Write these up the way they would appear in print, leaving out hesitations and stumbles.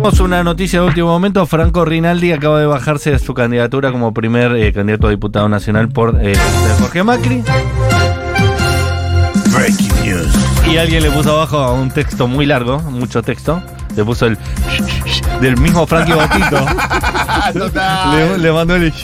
Tenemos una noticia de último momento. Franco Rinaldi acaba de bajarse de su candidatura como primer candidato a diputado nacional por Jorge Macri. Breaking news. Y alguien le puso abajo un texto muy largo, mucho texto. Le puso el del mismo Frankie Botito. Le mandó el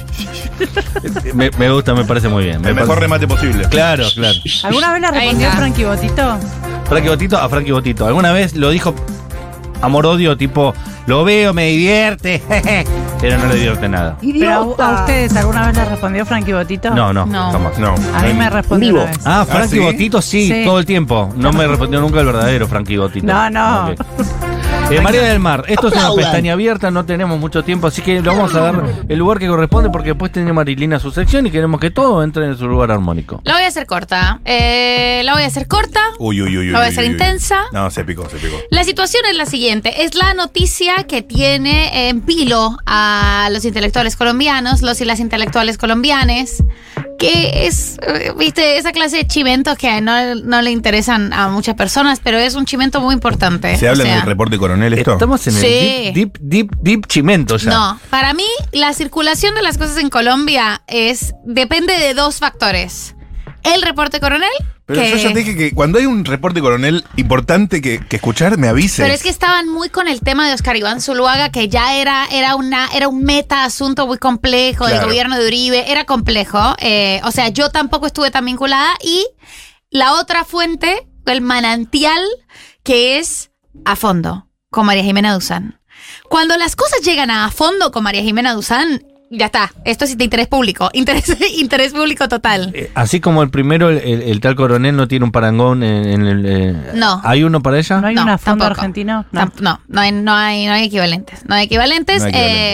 me gusta, me parece muy bien. El mejor remate posible. Claro. ¿Alguna vez le respondió Frankie Botito? Frankie Botito a Frankie Botito. ¿Alguna vez lo dijo amor-odio, tipo, lo veo, me divierte, pero no le divierte nada? ¿Pero a ustedes alguna vez le respondió Frankie Botito? No, jamás. No. A mí me respondió una vez. Frankie ¿sí? Botito sí, todo el tiempo. No me respondió nunca el verdadero Frankie Botito. No. Okay. María del Mar, esto es una pestaña abierta, no tenemos mucho tiempo, así que le vamos a dar el lugar que corresponde porque después tiene Marilina su sección y queremos que todo entre en su lugar armónico. La voy a hacer corta. La voy a hacer corta. Uy. La voy a hacer intensa. No, se picó. La situación es la siguiente. Es la noticia que tiene en vilo a los intelectuales colombianos, los y las intelectuales colombianes, que es, viste, esa clase de chimentos que no le interesan a muchas personas, pero es un chimento muy importante. ¿Se habla del reporte coronel esto? Estamos en el deep chimento ya. No, para mí la circulación de las cosas en Colombia depende de dos factores. El reporte coronel. Pero yo ya te dije que cuando hay un reporte coronel importante que escuchar, me avises. Pero es que estaban muy con el tema de Oscar Iván Zuluaga, que ya era un meta asunto muy complejo, del gobierno de Uribe, era complejo. O sea, yo tampoco estuve tan vinculada. Y la otra fuente, el manantial, que es A Fondo, con María Jimena Duzán. Cuando las cosas llegan a fondo con María Jimena Duzán, ya está. Esto es de interés público. Interés público total. Así como el primero, el tal coronel no tiene un parangón en el... No. ¿Hay uno para ella? ¿No hay una fondo tampoco. argentino? No hay equivalentes. No hay equivalentes.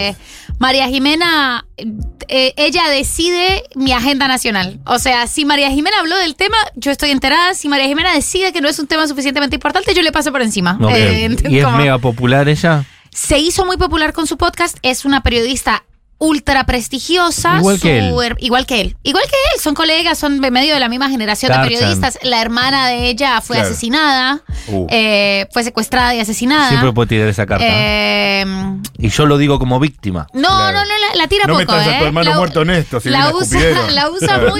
María Jimena, ella decide mi agenda nacional. O sea, si María Jimena habló del tema, yo estoy enterada. Si María Jimena decide que no es un tema suficientemente importante, yo le paso por encima. Okay. ¿Y es mega popular ella? Se hizo muy popular con su podcast. Es una periodista ultra prestigiosa. Igual que él. Igual que él. Son colegas, son de medio de la misma generación de periodistas. La hermana de ella fue asesinada. Fue secuestrada y asesinada. Siempre puede tirar esa carta. Y yo lo digo como víctima. No, la tira no poco. No metas a tu hermano muerto honesto. Si la usa muy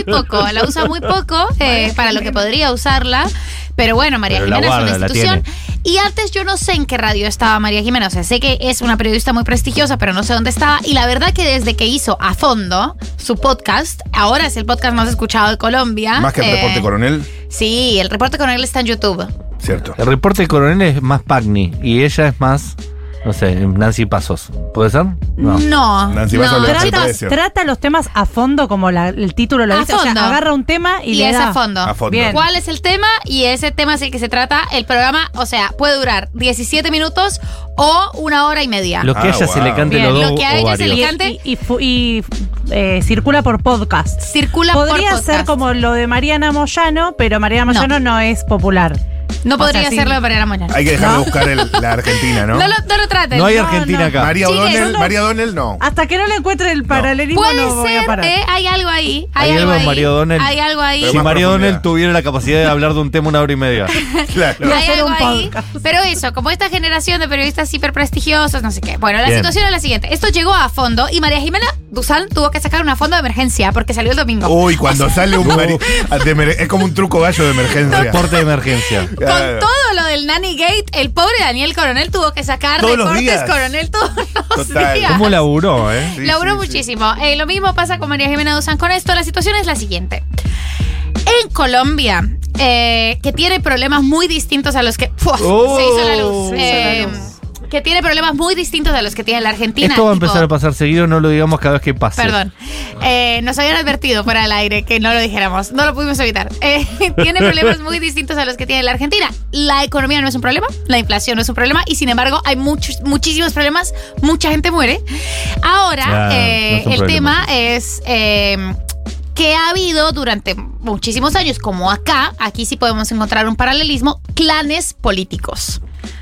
poco. Para lo que podría usarla. Pero bueno, María Jimena es una institución. Y antes yo no sé en qué radio estaba María Jimena. O sea, sé que es una periodista muy prestigiosa, pero no sé dónde estaba. Y la verdad que desde que hizo A Fondo su podcast, ahora es el podcast más escuchado de Colombia. ¿Más que el reporte coronel? Sí, el reporte coronel está en YouTube. Cierto. El reporte coronel es más Pagni y ella es más... No sé, Nancy Pasos. ¿Puede ser? No. Nancy Pasos trata los temas a fondo, como el título lo dice. O sea, agarra un tema y le es da. a fondo. Bien. ¿Cuál es el tema? Y ese tema es el que se trata. El programa, o sea, puede durar 17 minutos o 1 hora y media. Lo que a ella se le cante los dos. Lo que a ella se le cante. Y circula por podcast. Podría ser como lo de Mariana Moyano, pero Mariana Moyano no es popular. No podría hacerlo de Mariana Moyano. Hay que dejar de buscar la Argentina, ¿no? No lo traten. No hay Argentina acá. María O'Donnell, no. Hasta que no le encuentre el paralelismo no voy a parar. Hay algo ahí. Hay algo en María O'Donnell. Hay algo ahí. Si María O'Donnell tuviera la capacidad de hablar de un tema 1 hora y media. Claro. Hay algo ahí. Pero eso, como esta generación de periodistas hiper prestigiosos, no sé qué. Bueno, la situación es la siguiente. Esto llegó a fondo y María Jimena Duzán tuvo que sacar una fondo de emergencia porque salió el domingo. Uy, cuando sale un es como un truco gallo de emergencia. Reporte de emergencia. Con todo lo del Nanny Gate, el pobre Daniel Coronel tuvo que sacar reportes Coronel todos los días. ¿Cómo laburó, Laburó muchísimo. Lo mismo pasa con María Jimena Duzán con esto. La situación es la siguiente. En Colombia, que tiene problemas muy distintos a los que... se hizo la luz. Que tiene problemas muy distintos a los que tiene la Argentina. Esto va a empezar a pasar seguido, no lo digamos cada vez que pase. Perdón. Nos habían advertido fuera del aire que no lo dijéramos. No lo pudimos evitar. Tiene problemas muy distintos a los que tiene la Argentina. La economía no es un problema, la inflación no es un problema y sin embargo hay muchísimos problemas, mucha gente muere. Ahora, el tema es... que ha habido durante muchísimos años, como aquí sí podemos encontrar un paralelismo, clanes políticos.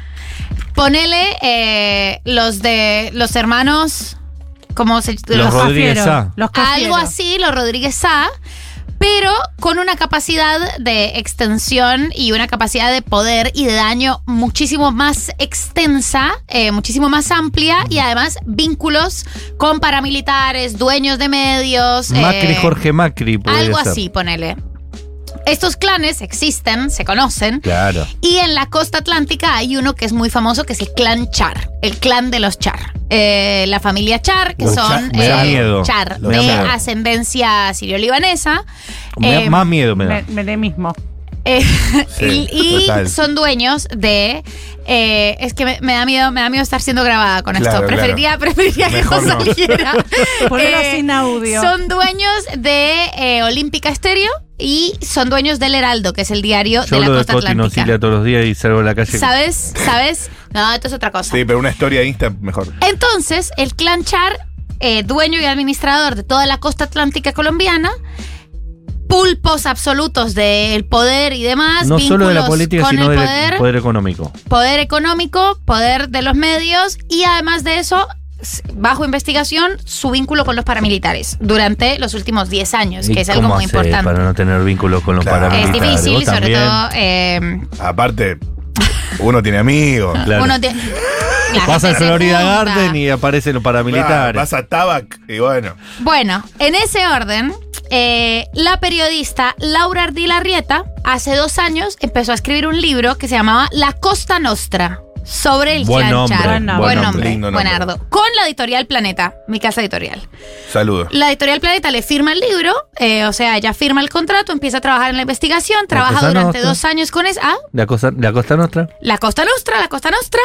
Ponele los hermanos, ¿cómo se los Rodríguez Sá. Los Cafiero. Algo así, los Rodríguez Sá. pero con una capacidad de extensión y una capacidad de poder y de daño muchísimo más extensa, muchísimo más amplia, y además vínculos con paramilitares, dueños de medios. Macri, Jorge Macri. Algo ser. así, ponele. Estos clanes existen, se conocen. Claro. Y en la costa atlántica hay uno que es muy famoso, que es el clan Char, el clan de los Char. La familia Char, que son me da miedo. Char, Lo da de miedo. ascendencia sirio-libanesa. Más miedo me da. Me mismo. Sí, y total. son dueños de. Es que me da miedo estar siendo grabada con Claro, esto. Preferiría que esto Mejor no. saliera. Ponelo sin audio. Son dueños de Olímpica Estéreo y son dueños del Heraldo, que es el diario Yo de la hablo de costa Coti atlántica. Nocilia todos los días y salgo a la calle. ¿Sabes? No, esto es otra cosa. Sí, pero una historia de Insta mejor. Entonces, el clan Char, dueño y administrador de toda la costa atlántica colombiana, pulpos absolutos del poder y demás, No solo de la vínculos política, con sino el del poder económico. poder económico, poder de los medios, y además de eso, bajo investigación, su vínculo con los paramilitares durante los últimos 10 años, ¿Y que es algo cómo muy hace importante. para no tener vínculos con los Claro. Es paramilitares? difícil, ¿Vos sobre también? todo. Aparte, uno tiene amigos. Claro. Uno tiene. la Vas al gente se Florida junta. Garden y aparecen los paramilitares. Vas a Tabac y bueno. Bueno, en ese orden, la periodista Laura Ardila Arrieta hace 2 años empezó a escribir un libro que se llamaba La Costa Nostra, sobre el Buen clan nombre, Char. buen Buen nombre. nombre, Lindo nombre. buenardo. Con la editorial Planeta, mi casa editorial. Saludos. La editorial Planeta le firma el libro, o sea, ella firma el contrato, empieza a trabajar en la investigación, trabaja Cosa durante Nostra. 2 años con eso. Ah, La Costa Nostra. la Costa Nostra.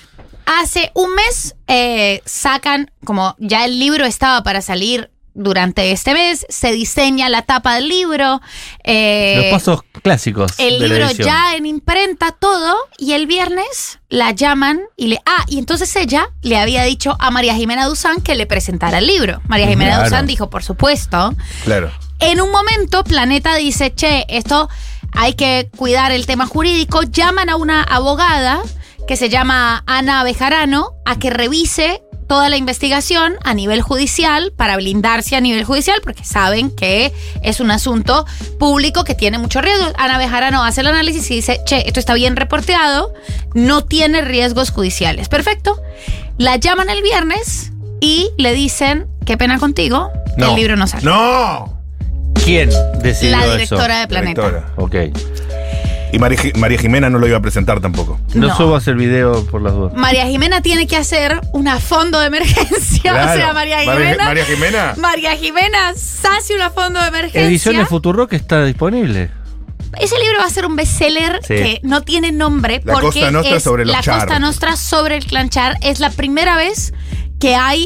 Hace un mes sacan, como ya el libro estaba para salir durante este mes, se diseña la tapa del libro. Los pasos clásicos El de la libro edición. ya en imprenta, todo, y el viernes la llaman y entonces ella le había dicho a María Jimena Duzán que le presentara el libro. María Jimena Claro. Duzán dijo, por supuesto. Claro. En un momento, Planeta dice, che, esto hay que cuidar el tema jurídico. Llaman a una abogada que se llama Ana Bejarano a que revise toda la investigación a nivel judicial, para blindarse a nivel judicial, porque saben que es un asunto público que tiene mucho riesgo. Ana Bejarano hace el análisis y dice, che, esto está bien reporteado, no tiene riesgos judiciales. Perfecto. La llaman el viernes y le dicen, qué pena contigo, el libro no sale. ¡No! ¿Quién decidió La eso? directora de Planeta. Directora. Ok. Y María Jimena no lo iba a presentar tampoco. No, No. subo a hacer video por las dudas. María Jimena tiene que hacer una fondo de emergencia. Claro. O sea, María Jimena. María Jimena. Hace una fondo de emergencia. Ediciones Futurock está disponible. Ese libro va a ser un bestseller Sí. que no tiene nombre La porque Costa Nostra es sobre los La Char. Costa Nostra sobre el clan Char. Es la primera vez que hay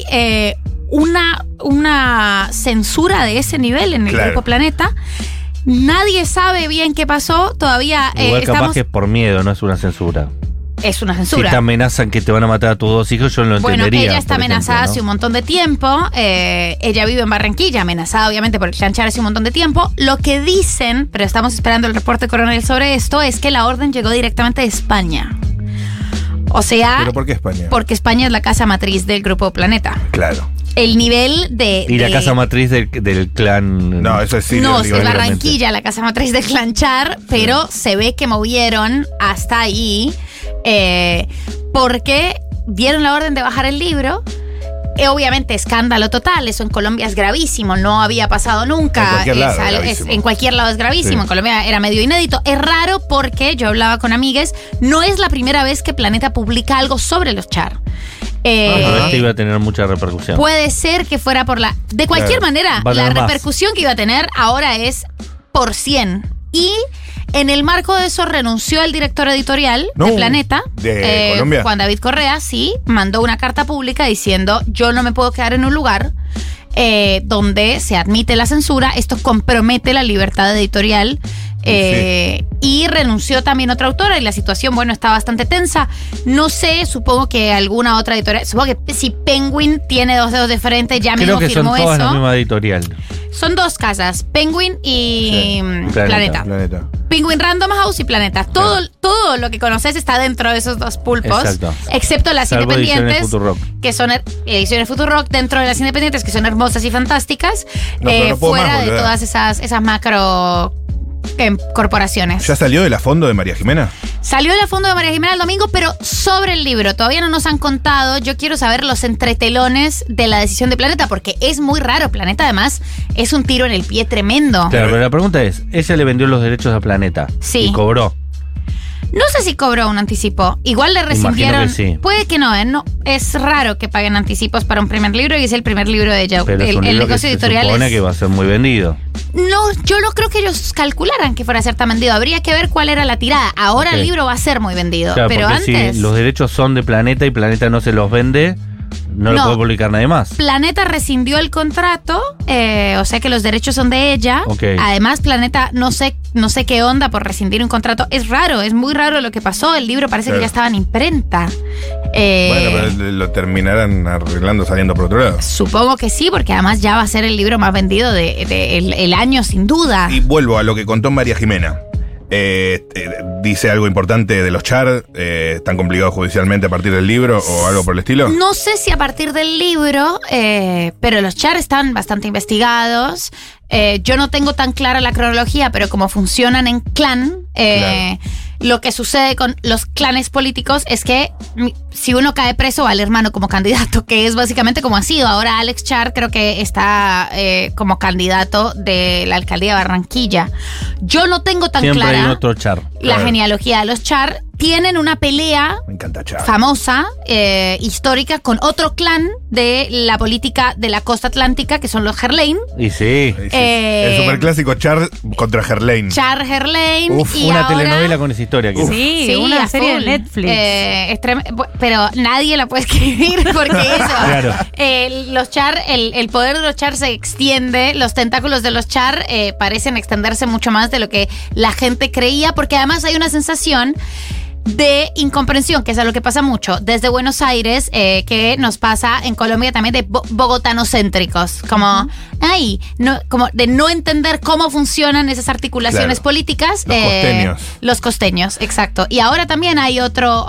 una censura de ese nivel en el Claro. Grupo Planeta. Nadie sabe bien qué pasó. Todavía Igual capaz estamos. que es por miedo, no es una censura. Es una Si censura. te amenazan que te van a matar a tus 2 hijos, yo no lo Bueno, entendería. ella está por ejemplo, amenazada ¿no? hace un montón de tiempo. Ella vive en Barranquilla, amenazada obviamente por el clan Char hace un montón de tiempo. Lo que dicen, pero estamos esperando el reporte coronel sobre esto, es que la orden llegó directamente de España. O sea, ¿Pero por qué España? porque España es la casa matriz del Grupo Planeta. Claro. El nivel de... Y la de- casa matriz del clan. No, eso es Sirio. No, digo, es obviamente. Barranquilla, la casa matriz del clan Char, pero se ve que movieron hasta ahí porque dieron la orden de bajar el libro. Obviamente, escándalo total, eso en Colombia es gravísimo, no había pasado nunca. En cualquier lado es Es gravísimo. en cualquier lado es gravísimo, Sí. en Colombia era medio inédito. Es raro porque yo hablaba con amigues, no es la primera vez que Planeta publica algo sobre los Char. Pero este iba a tener mucha repercusión. Puede ser que fuera por la... De cualquier Claro. manera, Va a la tener más. repercusión que iba a tener ahora es por 100. Y en el marco de eso renunció el director editorial No, de Planeta. de Colombia. Juan David Correa, sí, mandó una carta pública diciendo, yo no me puedo quedar en un lugar donde se admite la censura, esto compromete la libertad editorial. Y renunció también otra autora y la situación, bueno, está bastante tensa. No sé, supongo que alguna otra editorial, supongo que si Penguin tiene 2 dedos de frente, ya Creo mismo que son firmó todas eso. la misma editorial. Son 2 casas, Penguin y Planeta. Penguin Random House y Planeta. Todo lo que conoces está dentro de esos 2 pulpos. Exacto. Excepto las independientes. Ediciones Futurock. Que son ediciones Futurock dentro de las independientes, que son hermosas y fantásticas. No fuera de todas esas macro corporaciones. ¿Ya salió de la fondo de María Jimena? Salió de la fondo de María Jimena el domingo, pero sobre el libro. Todavía no nos han contado. Yo quiero saber los entretelones de la decisión de Planeta, porque es muy raro. Planeta, además, es un tiro en el pie tremendo. Claro, pero la pregunta es, ella le vendió los derechos a Planeta. Sí. Y cobró. No sé si cobró un anticipo. Igual le rescindieron. Que sí. Puede que no, no. Es raro que paguen anticipos para un primer libro y es el primer libro de ella. Pero es un libro negocio que editorial se supone que va a ser muy vendido. No, yo no creo que ellos calcularan que fuera a ser tan vendido. Habría que ver cuál era la tirada. Ahora el libro va a ser muy vendido. Claro, pero antes. Si los derechos son de Planeta y Planeta no se los vende, no lo puede publicar nadie más. Planeta rescindió el contrato, o sea que los derechos son de ella. Okay. Además, Planeta, no sé qué onda por rescindir un contrato. Es raro, es muy raro lo que pasó. El libro parece que ya estaba en imprenta. Bueno, pero lo terminarán arreglando saliendo por otro lado. Supongo que sí, porque además ya va a ser el libro más vendido el año, sin duda. Y vuelvo a lo que contó María Jimena. Dice algo importante de los char, están complicados judicialmente a partir del libro o algo por el estilo. No sé si a partir del libro, pero los char están bastante investigados. Yo no tengo tan clara la cronología, pero como funcionan en clan, claro. Lo que sucede con los clanes políticos es que si uno cae preso va al hermano como candidato, que es básicamente como ha sido. Ahora Alex Char creo que está como candidato de la alcaldía de Barranquilla. Yo no tengo tan Siempre clara hay otro Char. La genealogía de los Char. Tienen una pelea famosa, histórica, con otro clan de la política de la costa atlántica, que son los Gerlain. Y sí. El superclásico Char contra Gerlain. Char Gerlain. Y una telenovela con esa historia. Sí, una serie de Netflix. Pero nadie la puede escribir porque eso. Claro. Los Char, el poder de los Char se extiende, los tentáculos de los Char parecen extenderse mucho más de lo que la gente creía, porque además hay una sensación de incomprensión, que es algo que pasa mucho desde Buenos Aires, que nos pasa en Colombia también, de bogotanocéntricos, como como de no entender cómo funcionan esas articulaciones políticas. Los costeños. Los costeños, exacto. Y ahora también hay otro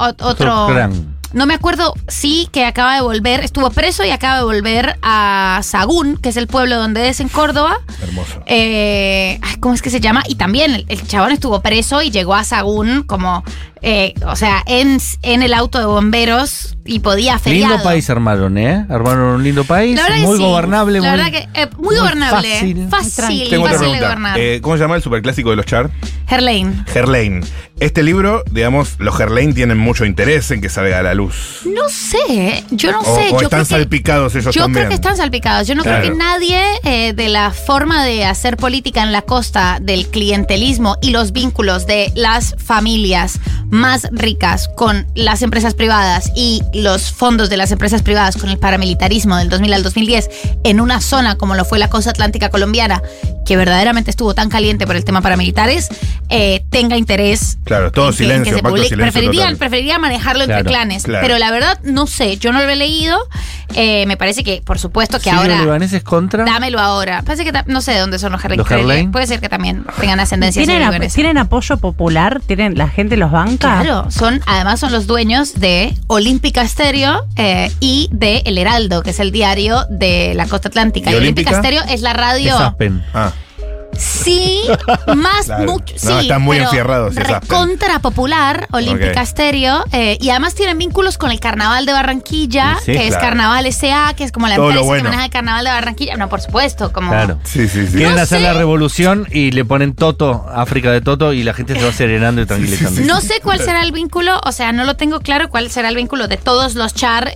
no me acuerdo, sí, que acaba de volver, estuvo preso y acaba de volver a Sagún, que es el pueblo donde es en Córdoba. Hermoso. ¿Cómo es que se llama? Y también el chabón estuvo preso y llegó a Sagún como, o sea, en el auto de bomberos y podía feriado. Lindo país armaron, ¿eh? Armaron un lindo país, muy gobernable. La verdad que muy gobernable. Fácil Tengo otra pregunta. de gobernar. ¿Cómo se llama el superclásico de los Char? Gerlain. Este libro, digamos, los Gerlain tienen mucho interés en que salga a la luz. No sé, yo no sé. O están salpicados ellos también. Yo creo que están salpicados. Yo no creo que nadie de la forma de hacer política en la costa, del clientelismo y los vínculos de las familias más ricas con las empresas privadas y los fondos de las empresas privadas con el paramilitarismo del 2000 al 2010 en una zona como lo fue la costa atlántica colombiana, que verdaderamente estuvo tan caliente por el tema paramilitares, tenga interés. Claro, todo silencio, pacto silencio. Preferiría manejarlo entre clanes. Claro. Pero la verdad, no sé, yo no lo he leído. Me parece que, por supuesto, que ahora. ¿Los libaneses contra? Dámelo ahora. Parece que no sé de dónde son los Gerlain. Puede ser que también tengan ascendencia. ¿Tienen apoyo popular? ¿La gente los banca? Claro, además son los dueños de Olímpica Stereo y de El Heraldo, que es el diario de la costa atlántica. Y Olímpica Stereo es la radio. Sí, más mucho. Sí, están muy enfierrados. Recontra popular, Olímpica Stereo. Y además tienen vínculos con el Carnaval de Barranquilla, que es Carnaval S.A., que es como la empresa que maneja el Carnaval de Barranquilla. No, por supuesto, como. Claro. Sí. Quieren hacer la revolución y le ponen Toto, África de Toto, y la gente se va serenando y tranquilizando. No sé cuál será el vínculo, o sea, no lo tengo claro cuál será el vínculo de todos los Char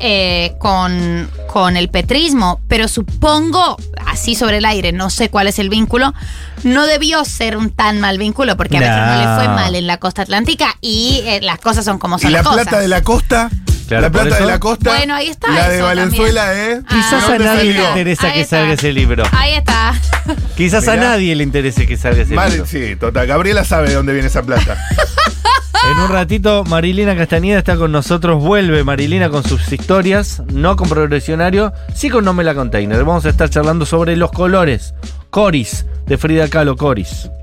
con el petrismo, pero supongo, así sobre el aire, no sé cuál es el vínculo. No debió ser un tan mal vínculo, porque a Petro no le fue mal en la costa atlántica y las cosas son como son las cosas. ¿Y la plata de la costa? Claro, la plata de la costa. Bueno, ahí está. La de Valenzuela, Quizás a nadie le interesa que salga ese libro. Ahí está. Quizás a nadie le interese que salga ese libro. Sí, total. Gabriela sabe de dónde viene esa plata. En un ratito, Marilina Castañeda está con nosotros. Vuelve Marilina con sus historias, no con Progresionario, sí con No Me La Container. Vamos a estar charlando sobre los colores. Coris, de Frida Kahlo, Coris.